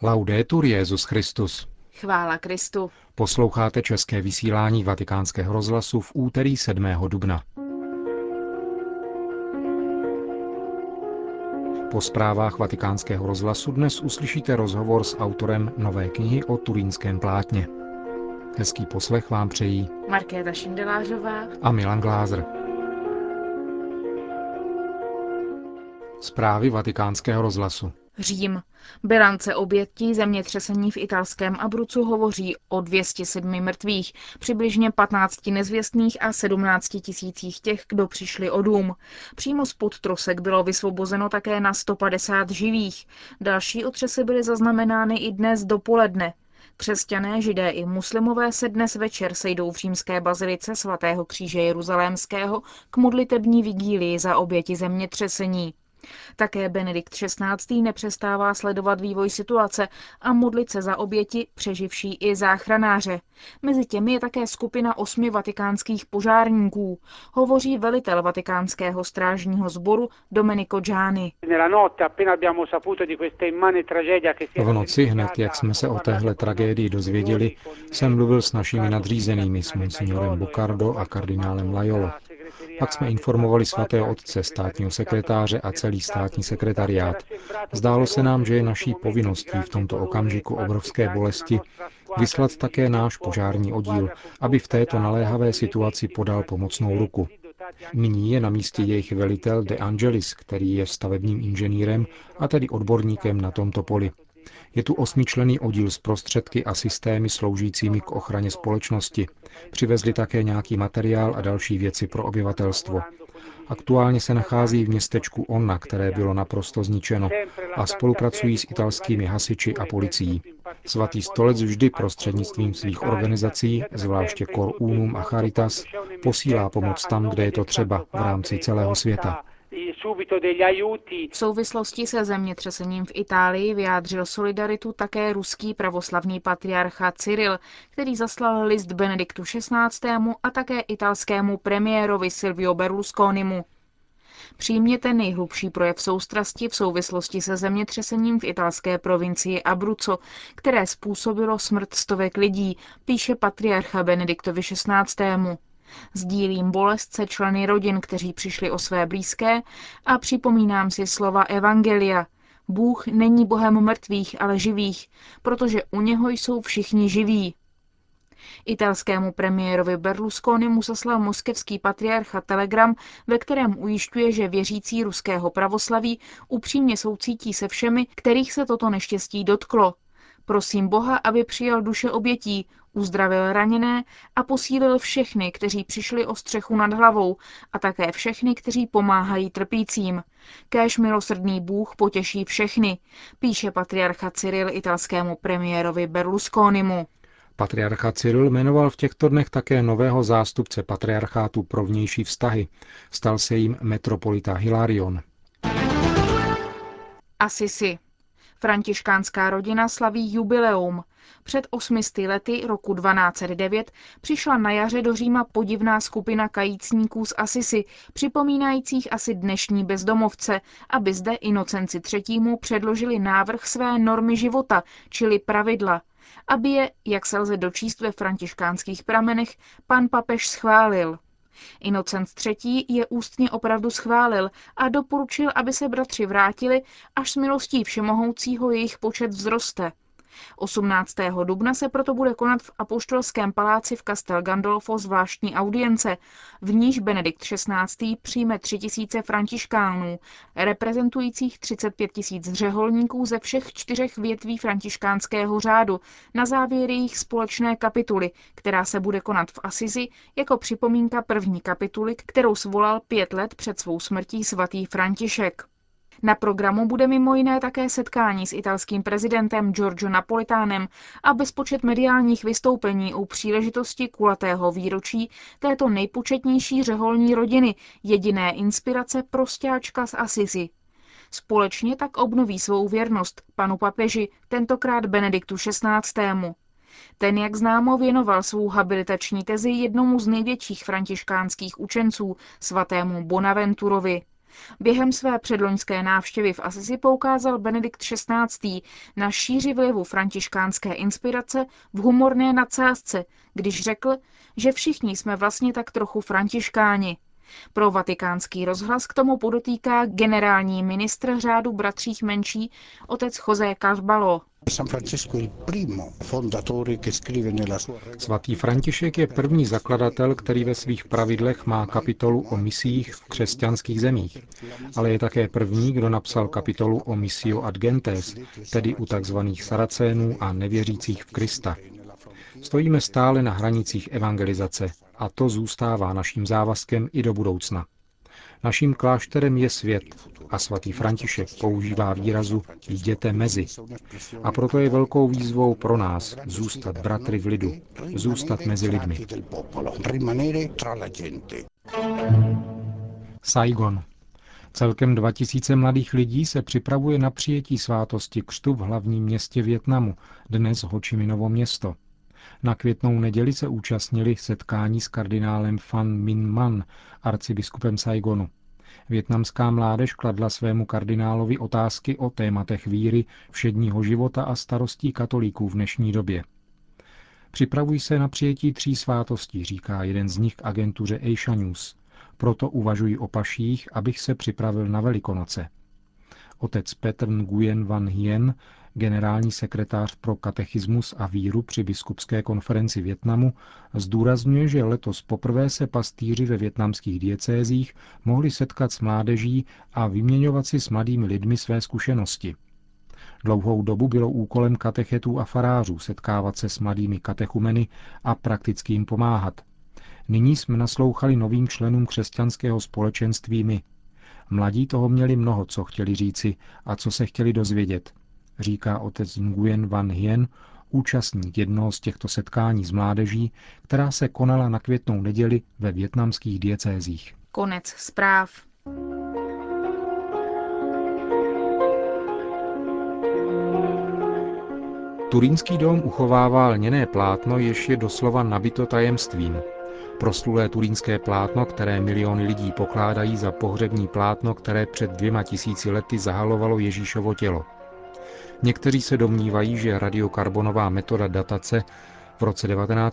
Laudetur Jesus Christus. Chvála Kristu. Posloucháte české vysílání Vatikánského rozhlasu v úterý 7. dubna. Po zprávách Vatikánského rozhlasu dnes uslyšíte rozhovor s autorem nové knihy o turínském plátně. Hezký poslech vám přejí Markéta Šindelářová a Milan Glázer. Zprávy Vatikánského rozhlasu. Řím. Bilance obětí zemětřesení v italském Abruzzu hovoří o 207 mrtvých, přibližně 15 nezvěstných a 17 tisících těch, kdo přišli o dům. Přímo spod trosek bylo vysvobozeno také na 150 živých. Další otřesy byly zaznamenány i dnes dopoledne. Křesťané, židé i muslimové se dnes večer sejdou v římské bazilice svatého kříže Jeruzalémského k modlitební vigílii za oběti zemětřesení. Také Benedikt XVI. Nepřestává sledovat vývoj situace a modlit se za oběti, přeživší i záchranáře. Mezi těmi je také skupina 8 vatikánských požárníků, hovoří velitel vatikánského strážního sboru Domenico Gianni. V noci, hned jak jsme se o téhle tragédii dozvěděli, jsem mluvil s našimi nadřízenými, s monsignorem Bocardo a kardinálem Laiolo. Pak jsme informovali svatého otce, státního sekretáře a celý státní sekretariát. Zdálo se nám, že je naší povinností v tomto okamžiku obrovské bolesti vyslat také náš požární oddíl, aby v této naléhavé situaci podal pomocnou ruku. Nyní je na místě jejich velitel De Angelis, který je stavebním inženýrem a tedy odborníkem na tomto poli. Je tu 8členný oddíl s prostředky a systémy sloužícími k ochraně společnosti. Přivezli také nějaký materiál a další věci pro obyvatelstvo. Aktuálně se nachází v městečku Onna, které bylo naprosto zničeno, a spolupracují s italskými hasiči a policií. Svatý stolec vždy prostřednictvím svých organizací, zvláště Cor Unum a Charitas, posílá pomoc tam, kde je to třeba, v rámci celého světa. V souvislosti se zemětřesením v Itálii vyjádřil solidaritu také ruský pravoslavný patriarcha Cyril, který zaslal list Benediktu XVI. A také italskému premiérovi Silvio Berlusconimu. Přijměte nejhlubší projev soustrasti v souvislosti se zemětřesením v italské provincii Abruzzo, které způsobilo smrt stovek lidí, píše patriarcha Benediktovi XVI. Sdílím bolest se členy rodin, kteří přišli o své blízké, a připomínám si slova Evangelia. Bůh není Bohem mrtvých, ale živých, protože u něho jsou všichni živí. Italskému premiérovi Berlusconimu zaslal moskevský patriarcha telegram, ve kterém ujišťuje, že věřící ruského pravoslaví upřímně soucítí se všemi, kterých se toto neštěstí dotklo. Prosím Boha, aby přijal duše obětí, uzdravil raněné a posílil všechny, kteří přišli o střechu nad hlavou, a také všechny, kteří pomáhají trpícím. Kéž milosrdný Bůh potěší všechny, píše patriarcha Cyril italskému premiérovi Berlusconimu. Patriarcha Cyril jmenoval v těchto dnech také nového zástupce patriarchátu pro vnější vztahy. Stal se jim metropolita Hilarion. Assisi. Františkánská rodina slaví jubileum. Před 800 lety roku 1209 přišla na jaře do Říma podivná skupina kajícníků z Assisi, připomínajících asi dnešní bezdomovce, aby zde Inocenci III. Předložili návrh své normy života, čili pravidla, aby je, jak se lze dočíst ve františkánských pramenech, pan papež schválil. Inocent III. Je ústně opravdu schválil a doporučil, aby se bratři vrátili, až s milostí všemohoucího jejich počet vzroste. 18. dubna se proto bude konat v Apoštolském paláci v Castel Gandolfo zvláštní audience, v níž Benedikt XVI. Přijme 3000 františkánů, reprezentujících 35 000 řeholníků ze všech 4 větví františkánského řádu, na závěr jejich společné kapituly, která se bude konat v Assisi jako připomínka první kapituly, kterou svolal 5 let před svou smrtí svatý František. Na programu bude mimo jiné také setkání s italským prezidentem Giorgio Napolitánem a bezpočet mediálních vystoupení u příležitosti kulatého výročí této nejpočetnější řeholní rodiny, jediné inspirace prosťáčka z Assisi. Společně tak obnoví svou věrnost panu papeži, tentokrát Benediktu XVI. Ten, jak známo, věnoval svou habilitační tezi jednomu z největších františkánských učenců, svatému Bonaventurovi. Během své předloňské návštěvy v Asisi poukázal Benedikt XVI. Na šíři vlivu františkánské inspirace v humorné nadsázce, když řekl, že všichni jsme vlastně tak trochu františkáni. Pro Vatikánský rozhlas k tomu podotýká generální ministr řádu bratřích menší otec José Carvalho. Svatý František je první zakladatel, který ve svých pravidlech má kapitolu o misiích v křesťanských zemích, ale je také první, kdo napsal kapitolu o missio ad gentes, tedy u tzv. Saracénů a nevěřících v Krista. Stojíme stále na hranicích evangelizace a to zůstává naším závazkem i do budoucna. Naším klášterem je svět a svatý František používá výrazu jděte mezi. A proto je velkou výzvou pro nás zůstat bratry v lidu, zůstat mezi lidmi. Saigon. Celkem 2000 mladých lidí se připravuje na přijetí svátosti křtu v hlavním městě Vietnamu, dnes Ho Chi Minovo město. Na Květnou neděli se účastnili setkání s kardinálem Phan Minh Man, arcibiskupem Saigonu. Vietnamská mládež kladla svému kardinálovi otázky o tématech víry, všedního života a starostí katolíků v dnešní době. Připravují se na přijetí 3 svátostí, říká jeden z nich agentuře Asia News. Proto uvažuji o paších, abych se připravil na Velikonoce. Otec Petr Nguyen Van Hien, generální sekretář pro katechismus a víru při biskupské konferenci Vietnamu, zdůrazňuje, že letos poprvé se pastýři ve vietnamských diecézích mohli setkat s mládeží a vyměňovat si s mladými lidmi své zkušenosti. Dlouhou dobu bylo úkolem katechetů a farářů setkávat se s mladými katechumeny a prakticky jim pomáhat. Nyní jsme naslouchali novým členům křesťanského společenství my. Mladí toho měli mnoho, co chtěli říci a co se chtěli dozvědět, říká otec Nguyen Van Hien, účastník jednoho z těchto setkání s mládeží, která se konala na Květnou neděli ve vietnamských diecézích. Konec zpráv. Turínský dóm uchovává lněné plátno, jež je doslova nabito tajemstvím. Proslulé turínské plátno, které miliony lidí pokládají za pohřební plátno, které před 2000 lety zahalovalo Ježíšovo tělo. Někteří se domnívají, že radiokarbonová metoda datace v roce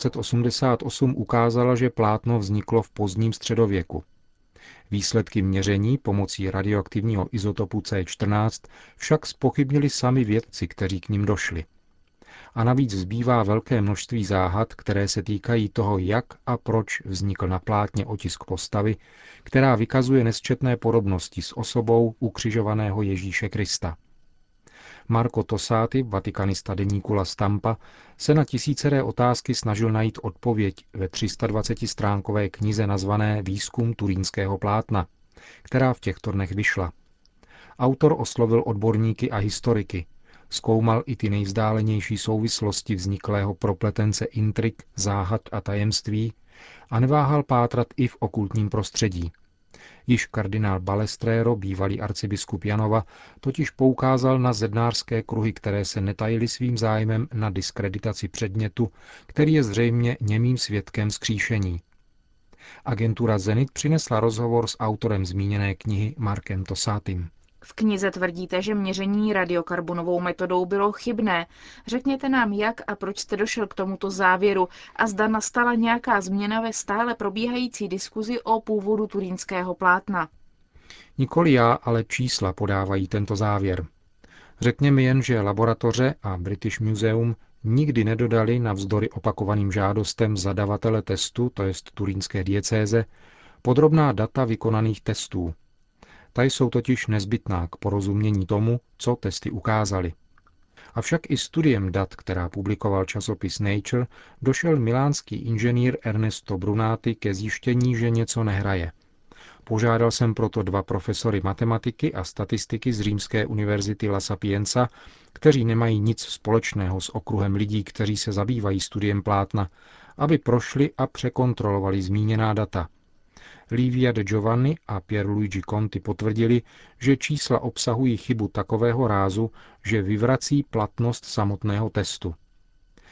1988 ukázala, že plátno vzniklo v pozdním středověku. Výsledky měření pomocí radioaktivního izotopu C14 však zpochybnili sami vědci, kteří k nim došli. A navíc zbývá velké množství záhad, které se týkají toho, jak a proč vznikl na plátně otisk postavy, která vykazuje nesčetné podobnosti s osobou ukřižovaného Ježíše Krista. Marco Tossati, vatikanista deníku La Stampa, se na tisíceré otázky snažil najít odpověď ve 320-stránkové knize nazvané Výzkum turínského plátna, která v těchto dnech vyšla. Autor oslovil odborníky a historiky, zkoumal i ty nejvzdálenější souvislosti vzniklého propletence intrik, záhad a tajemství a neváhal pátrat i v okultním prostředí. Již kardinál Balestrero, bývalý arcibiskup Janova, totiž poukázal na zednářské kruhy, které se netajily svým zájmem na diskreditaci předmětu, který je zřejmě němým svědkem vzkříšení. Agentura Zenit přinesla rozhovor s autorem zmíněné knihy Markem Tossatim. V knize tvrdíte, že měření radiokarbonovou metodou bylo chybné. Řekněte nám, jak a proč jste došel k tomuto závěru a zda nastala nějaká změna ve stále probíhající diskuzi o původu turínského plátna. Nikoli já, ale čísla podávají tento závěr. Řekněme jen, že laboratoře a British Museum nikdy nedodali navzdory opakovaným žádostem zadavatele testu, to jest turínské diecéze, podrobná data vykonaných testů. Ta jsou totiž nezbytná k porozumění tomu, co testy ukázaly. Avšak i studiem dat, která publikoval časopis Nature, došel milánský inženýr Ernesto Brunati ke zjištění, že něco nehraje. Požádal jsem proto 2 profesory matematiky a statistiky z Římské univerzity La Sapienza, kteří nemají nic společného s okruhem lidí, kteří se zabývají studiem plátna, aby prošli a překontrolovali zmíněná data. Livia de Giovanni a Pierluigi Conti potvrdili, že čísla obsahují chybu takového rázu, že vyvrací platnost samotného testu.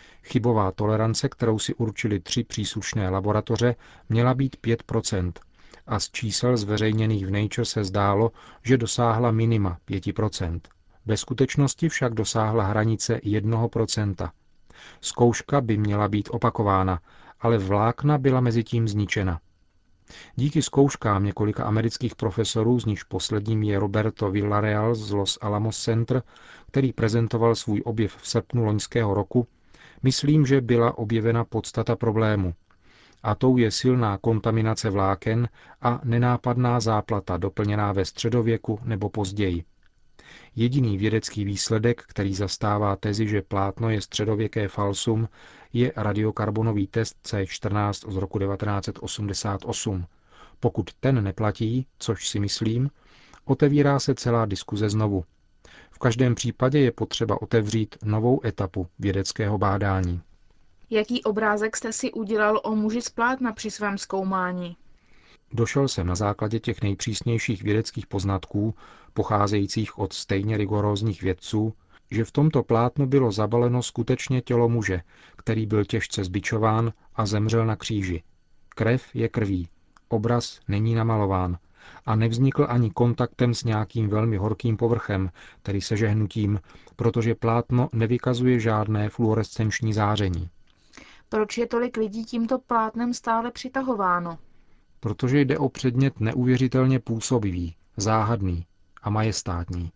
Chybová tolerance, kterou si určili 3 příslušné laboratoře, měla být 5%, a z čísel zveřejněných v Nature se zdálo, že dosáhla minima 5%. Ve skutečnosti však dosáhla hranice 1%. Zkouška by měla být opakována, ale vlákna byla mezitím zničena. Díky zkouškám několika amerických profesorů, z nichž posledním je Roberto Villarreal z Los Alamos Center, který prezentoval svůj objev v srpnu loňského roku, myslím, že byla objevena podstata problému. A tou je silná kontaminace vláken a nenápadná záplata doplněná ve středověku nebo později. Jediný vědecký výsledek, který zastává tezi, že plátno je středověké falsum, je radiokarbonový test C14 z roku 1988. Pokud ten neplatí, což si myslím, otevírá se celá diskuze znovu. V každém případě je potřeba otevřít novou etapu vědeckého bádání. Jaký obrázek jste si udělal o muži z plátna při svém zkoumání? Došel jsem na základě těch nejpřísnějších vědeckých poznatků, pocházejících od stejně rigorózních vědců, že v tomto plátnu bylo zabaleno skutečně tělo muže, který byl těžce zbičován a zemřel na kříži. Krev je krví, obraz není namalován a nevznikl ani kontaktem s nějakým velmi horkým povrchem, tedy sežehnutím, protože plátno nevykazuje žádné fluorescenční záření. Proč je tolik lidí tímto plátnem stále přitahováno? Protože jde o předmět neuvěřitelně působivý, záhadný a majestátní.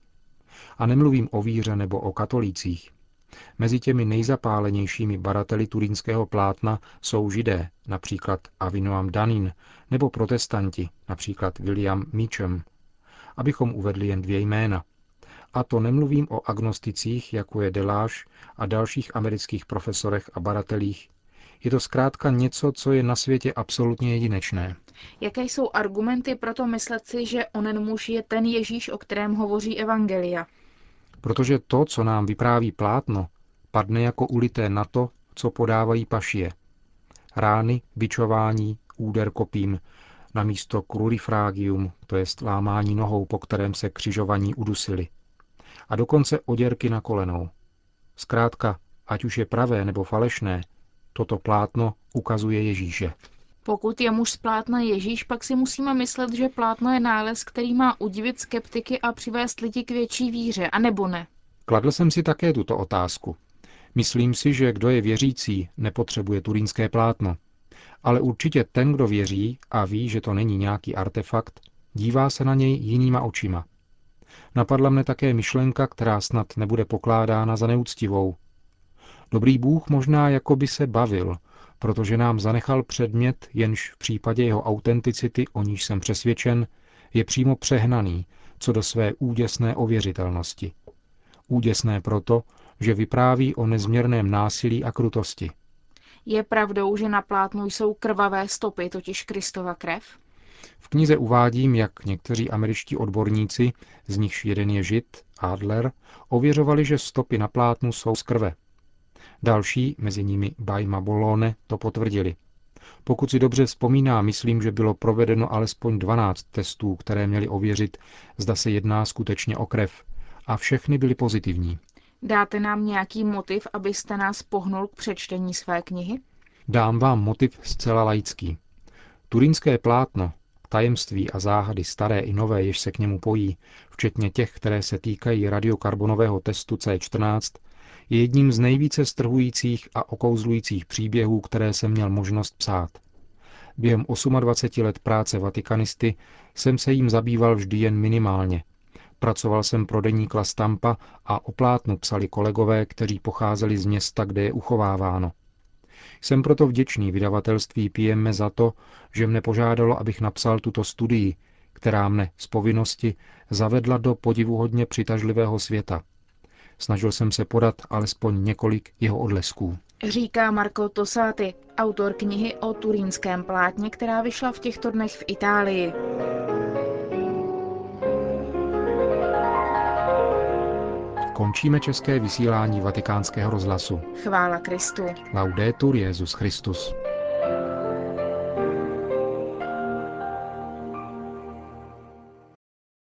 A nemluvím o víře nebo o katolících. Mezi těmi nejzapálenějšími badateli turínského plátna jsou židé, například Avinoam Danin, nebo protestanti, například William Meacham, abychom uvedli jen 2 jména. A to nemluvím o agnosticích, jako je Delage a dalších amerických profesorech a badatelích. Je to zkrátka něco, co je na světě absolutně jedinečné. Jaké jsou argumenty pro to myslet si, že onen muž je ten Ježíš, o kterém hovoří evangelia? Protože to, co nám vypráví plátno, padne jako ulité na to, co podávají pašie. Rány, bičování, úder kopím, namísto crurifragium, to jest lámání nohou, po kterém se křižovaní udusili. A dokonce oděrky na kolenou. Zkrátka, ať už je pravé nebo falešné, toto plátno ukazuje Ježíše. Pokud je muž z plátna Ježíš, pak si musíme myslet, že plátno je nález, který má udivit skeptiky a přivést lidi k větší víře, anebo ne? Kladl jsem si také tuto otázku. Myslím si, že kdo je věřící, nepotřebuje turínské plátno. Ale určitě ten, kdo věří a ví, že to není nějaký artefakt, dívá se na něj jinýma očima. Napadla mne také myšlenka, která snad nebude pokládána za neúctivou. Dobrý Bůh možná jakoby se bavil, protože nám zanechal předmět, jenž v případě jeho autenticity, o níž jsem přesvědčen, je přímo přehnaný, co do své úděsné ověřitelnosti. Úděsné proto, že vypráví o nezměrném násilí a krutosti. Je pravdou, že na plátnu jsou krvavé stopy, totiž Kristova krev? V knize uvádím, jak někteří američtí odborníci, z nichž jeden je Žid, Adler, ověřovali, že stopy na plátnu jsou z krve. Další, mezi nimi Baima Bolone, to potvrdili. Pokud si dobře vzpomíná, myslím, že bylo provedeno alespoň 12 testů, které měly ověřit, zda se jedná skutečně o krev. A všechny byly pozitivní. Dáte nám nějaký motiv, abyste nás pohnul k přečtení své knihy? Dám vám motiv zcela laický. Turínské plátno, tajemství a záhady staré i nové, jež se k němu pojí, včetně těch, které se týkají radiokarbonového testu C14, je jedním z nejvíce strhujících a okouzlujících příběhů, které jsem měl možnost psát. Během 28 let práce vatikanisty jsem se jim zabýval vždy jen minimálně. Pracoval jsem pro deník La Stampa a o plátnu psali kolegové, kteří pocházeli z města, kde je uchováváno. Jsem proto vděčný vydavatelství Piemme za to, že mne požádalo, abych napsal tuto studii, která mne z povinnosti zavedla do podivuhodně přitažlivého světa. Snažil jsem se podat alespoň několik jeho odlesků. Říká Marco Tosati, autor knihy o turínském plátně, která vyšla v těchto dnech v Itálii. Končíme české vysílání Vatikánského rozhlasu. Chvála Kristu. Laudetur Jesus Christus.